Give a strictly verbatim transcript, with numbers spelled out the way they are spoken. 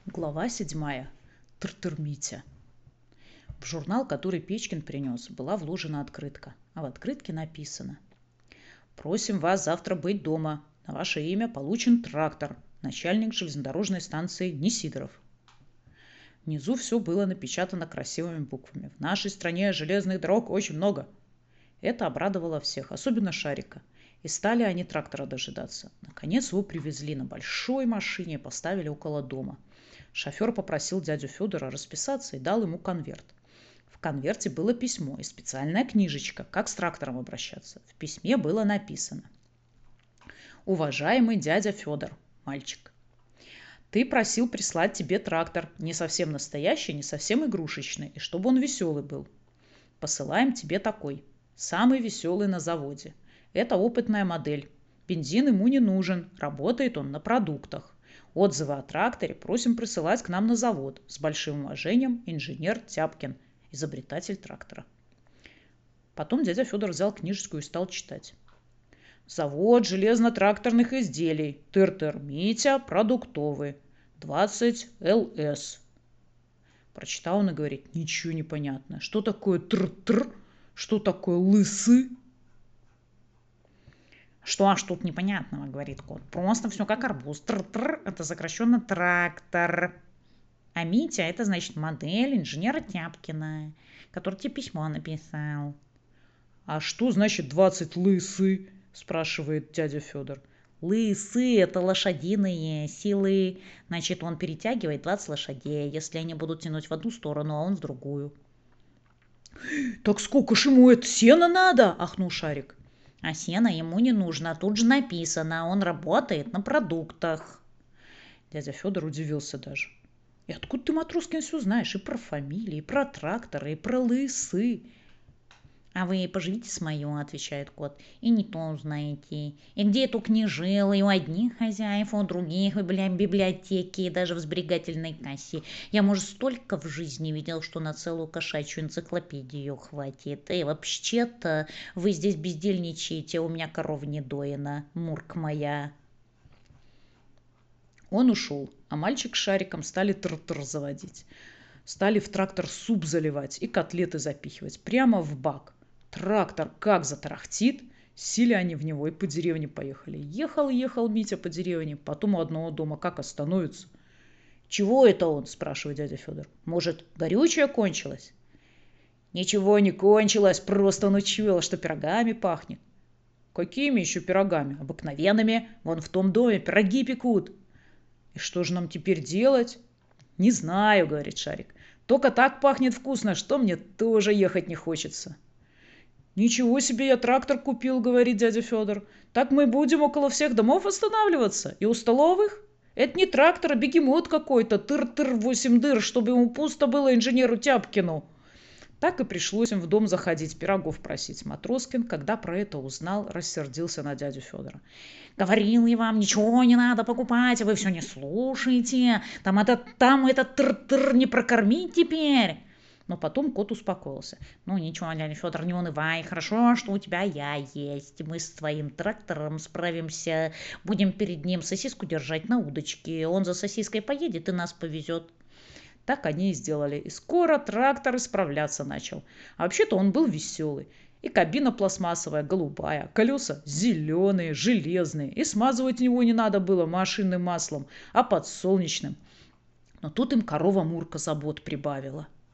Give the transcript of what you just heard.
Глава седьмая. Тыртыр-Митя. В журнал, который Печкин принес, была вложена открытка, а в открытке написано: «Просим вас завтра быть дома. На ваше имя получен трактор. Начальник железнодорожной станции Несидоров». Внизу все было напечатано красивыми буквами. В нашей стране железных дорог очень много. Это обрадовало всех, особенно Шарика. И стали они трактора дожидаться. Наконец его привезли на большой машине и поставили около дома. Шофер попросил дядю Федора расписаться и дал ему конверт. В конверте было письмо и специальная книжечка, как с трактором обращаться. В письме было написано: «Уважаемый дядя Федор, мальчик, ты просил прислать тебе трактор, не совсем настоящий, не совсем игрушечный, и чтобы он веселый был. Посылаем тебе такой, самый веселый на заводе. Это опытная модель. Бензин ему не нужен, работает он на продуктах. Отзывы о тракторе просим присылать к нам на завод. С большим уважением, инженер Тяпкин, изобретатель трактора». Потом дядя Федор взял книжечку и стал читать. «Завод железно-тракторных изделий. Тыр-тыр-Митя, продуктовый. двадцать эл эс». Прочитал он и говорит: ничего не понятно. Что такое тр-тр? Что такое лысы? «Что аж тут непонятного, — говорит кот, — просто все как арбуз. Тр-тр — это сокращенно трактор. А Митя — это значит модель инженера Тяпкина, который тебе письмо написал». «А что значит двадцать лысы?» — спрашивает дядя Федор. «Лысы — это лошадиные силы. Значит, он перетягивает двадцать лошадей, если они будут тянуть в одну сторону, а он в другую». «Так сколько ж ему это сена надо?» — ахнул Шарик. «А сена ему не нужно, тут же написано, он работает на продуктах». Дядя Федор удивился даже. «И откуда ты, Матроскин, все знаешь? И про фамилии, и про тракторы, и про лысы?» «А вы поживите с мою, — отвечает кот, — и не то узнаете. И где я только не жил, и у одних хозяев, и у других, в библиотеке, и даже в сберегательной кассе. Я, может, столько в жизни видел, что на целую кошачью энциклопедию хватит. И вообще-то вы здесь бездельничаете, у меня корова не доена, мурк моя». Он ушел, а мальчик с Шариком стали тр-тр заводить. Стали в трактор суп заливать и котлеты запихивать прямо в бак. Трактор как затарахтит, сели они в него и по деревне поехали. Ехал-ехал Митя по деревне, потом у одного дома как остановится. «Чего это он?» — спрашивает дядя Федор. «Может, горючее кончилось?» «Ничего не кончилось, просто он учуял, что пирогами пахнет». «Какими еще пирогами?» «Обыкновенными. Вон в том доме пироги пекут». «И что же нам теперь делать?» «Не знаю, — говорит Шарик. Только так пахнет вкусно, что мне тоже ехать не хочется». «Ничего себе, я трактор купил, — говорит дядя Федор. Так мы будем около всех домов останавливаться? И у столовых? Это не трактор, а бегемот какой-то, тыр-тыр восемь дыр, чтобы ему пусто было, инженеру Тяпкину». Так и пришлось им в дом заходить, пирогов просить. Матроскин, когда про это узнал, рассердился на дядю Федора. «Говорил я вам, ничего не надо покупать, а вы все не слушаете. Там это, там это тыр-тыр не прокормить теперь». Но потом кот успокоился. «Ну ничего, дядя Федор, не унывай. Хорошо, что у тебя я есть. Мы с твоим трактором справимся. Будем перед ним сосиску держать на удочке. Он за сосиской поедет и нас повезет». Так они и сделали. И скоро трактор исправляться начал. А вообще-то он был веселый. И кабина пластмассовая, голубая, колеса зеленые, железные. И смазывать его не надо было машинным маслом, а подсолнечным. Но тут им корова Мурка забот прибавила.